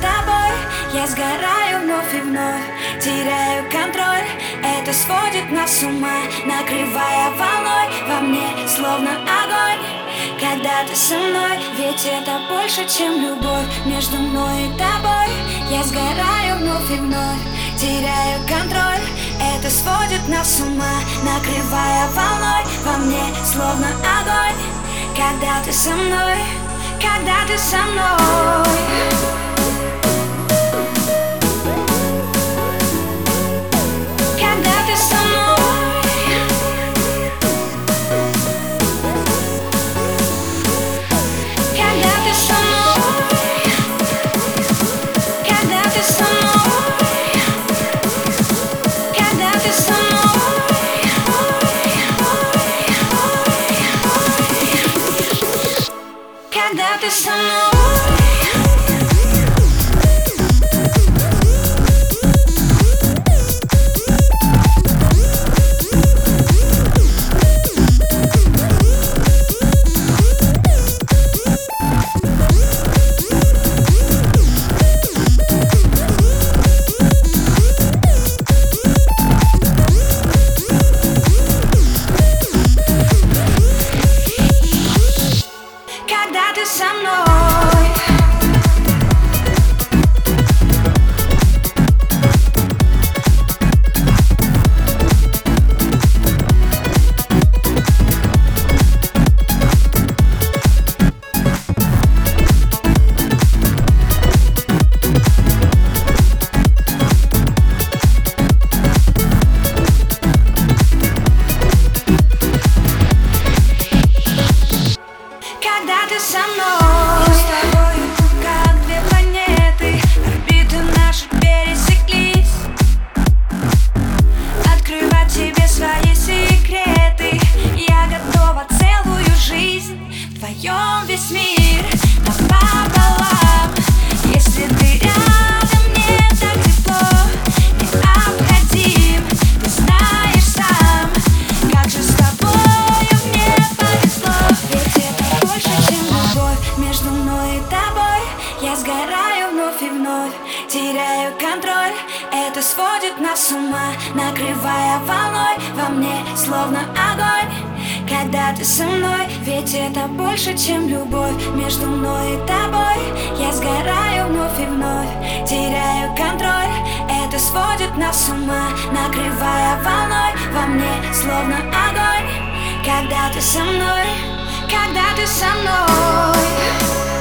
тобой я сгораю вновь и вновь, теряю контроль. Это сводит нас с ума, накрывая волной. Во мне словно огонь, когда ты со мной. Ведь это больше, чем любовь между мной и тобой. Я сгораю вновь и вновь, теряю контроль. Это сводит нас с ума, накрывая волной. Во мне словно огонь, когда ты со мной, когда ты со мной. Когда ты со мной. Когда ты со мной. Когда ты со мной. Мы с тобою как две планеты, орбиты наши пересеклись. Открывать тебе свои секреты, я готова целую жизнь в твоем весь мир напополам. Если ты рядом, мне так тепло, необходим, ты знаешь сам, как же с тобою мне повезло. Ведь это больше, чем любовь между мной и тобой. Я сгораю вновь и вновь, теряю контроль. Это сводит нас с ума, накрывая волной. Во мне словно огонь, когда ты со мной. Ведь это больше, чем любовь между мной и тобой. Я сгораю вновь и вновь, теряю контроль. Это сводит нас с ума, накрывая волной. Во мне словно огонь, когда ты со мной, когда ты со мной.